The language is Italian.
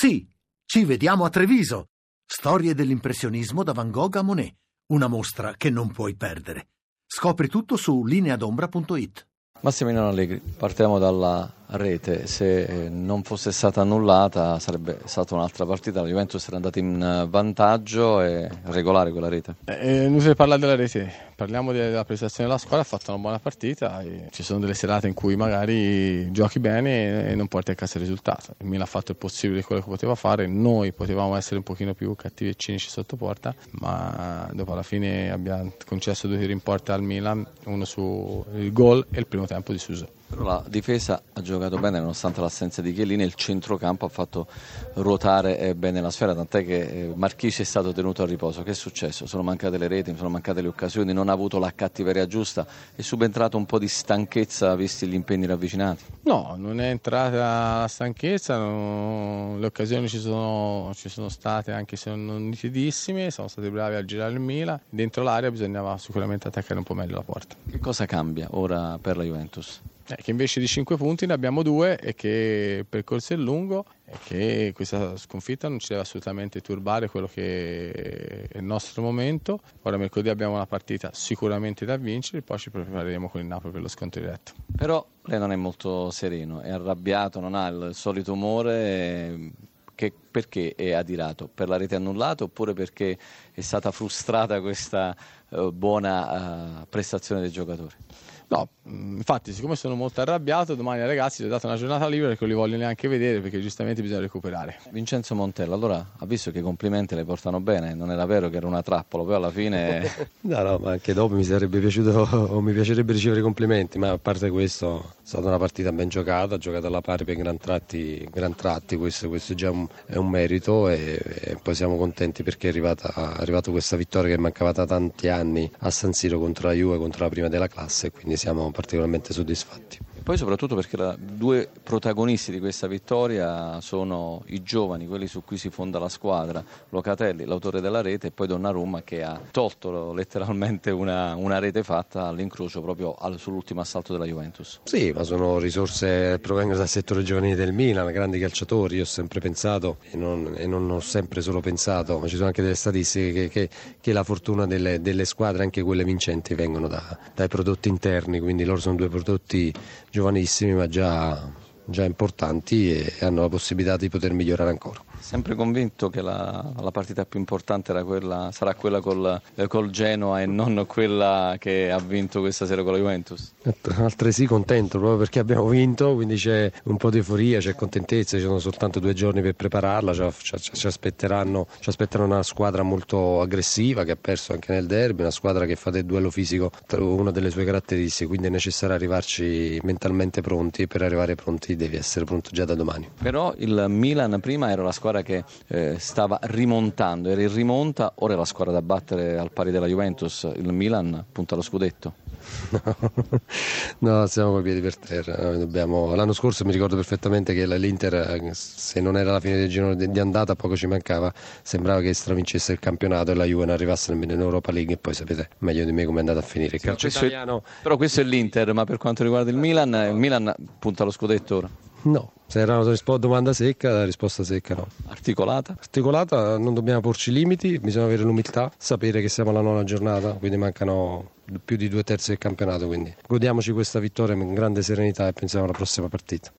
Sì, ci vediamo a Treviso. Storie dell'impressionismo da Van Gogh a Monet. Una mostra che non puoi perdere. Scopri tutto su lineadombra.it. Massimiliano Allegri, partiamo dalla rete. Se non fosse stata annullata sarebbe stata un'altra partita, la Juventus era andata in vantaggio e regolare quella rete. Non si parla della rete, parliamo della prestazione della squadra. Ha fatto una buona partita e ci sono delle serate in cui magari giochi bene e non porti a casa il risultato. Il Milan ha fatto il possibile di quello che poteva fare, noi potevamo essere un pochino più cattivi e cinici sotto porta, ma dopo alla fine abbiamo concesso 2 tiri in porta al Milan, uno sul gol e il primo tempo di Suso. Però la difesa ha giocato bene nonostante l'assenza di Chiellini, il centrocampo ha fatto ruotare bene la sfera, tant'è che Marchisio è stato tenuto a riposo. Che è successo? Sono mancate le reti, sono mancate le occasioni, non ha avuto la cattiveria giusta, è subentrato un po' di stanchezza visti gli impegni ravvicinati? No, non è entrata la stanchezza, le occasioni ci sono state, anche se non nitidissime, siamo stati bravi a girare il Milan, dentro l'area bisognava sicuramente attaccare un po' meglio la porta. Che cosa cambia ora per la Juventus? Che invece di 5 punti ne abbiamo 2 e che il percorso è lungo e che questa sconfitta non ci deve assolutamente turbare quello che è il nostro momento. Ora mercoledì abbiamo una partita sicuramente da vincere, poi ci prepareremo con il Napoli per lo scontro diretto. Però lei non è molto sereno, è arrabbiato, non ha il solito umore. Perché è adirato? Per la rete annullata oppure perché è stata frustrata questa buona prestazione dei giocatori? No, infatti siccome sono molto arrabbiato, domani ai ragazzi gli ho dato una giornata libera perché non li voglio neanche vedere perché giustamente bisogna recuperare. Vincenzo Montella, allora ha visto che i complimenti le portano bene, non era vero che era una trappola, poi alla fine... No, ma anche dopo mi sarebbe piaciuto o mi piacerebbe ricevere complimenti, ma a parte questo è stata una partita ben giocata alla pari per gran tratti, questo già è un merito e poi siamo contenti perché è arrivata questa vittoria che mancava da tanti anni a San Siro contro la Juve, contro la prima della classe, e quindi siamo particolarmente soddisfatti. E poi soprattutto perché i 2 protagonisti di questa vittoria sono i giovani, quelli su cui si fonda la squadra, Locatelli, l'autore della rete, e poi Donnarumma che ha tolto letteralmente una rete fatta all'incrocio proprio sull'ultimo assalto della Juventus. Sì, ma sono risorse che provengono dal settore giovanile del Milan, grandi calciatori. Io ho sempre pensato e non ho sempre solo pensato, ma ci sono anche delle statistiche che la fortuna delle squadre, anche quelle vincenti, vengono dai prodotti interni, quindi loro sono 2 prodotti giovanissimi ma già importanti e hanno la possibilità di poter migliorare ancora. Sempre convinto che la partita più importante sarà quella col Genoa e non quella che ha vinto questa sera con la Juventus? Altresì contento proprio perché abbiamo vinto, quindi c'è un po' di euforia, c'è contentezza, ci sono soltanto 2 giorni per prepararla, ci aspetteranno una squadra molto aggressiva che ha perso anche nel derby, una squadra che fa del duello fisico una delle sue caratteristiche, quindi è necessario arrivarci mentalmente pronti e per arrivare pronti devi essere pronto già da domani. Però il Milan prima era la squadra che stava rimontando, era in rimonta, ora è la squadra da battere al pari della Juventus, il Milan punta allo scudetto. No, siamo coi piedi per terra. L'anno scorso mi ricordo perfettamente che l'Inter, se non era la fine del girone di andata, poco ci mancava, sembrava che stravincesse il campionato e la Juve non arrivasse nemmeno in Europa League, e poi sapete meglio di me come è andata a finire il calcio italiano. Però questo è l'Inter, ma per quanto riguarda il Milan punta allo scudetto ora? No, se era una domanda secca, la risposta secca no. Articolata? Articolata, non dobbiamo porci limiti, bisogna avere l'umiltà, sapere che siamo alla 9ª giornata, quindi mancano più di 2/3 del campionato, quindi godiamoci questa vittoria con grande serenità e pensiamo alla prossima partita.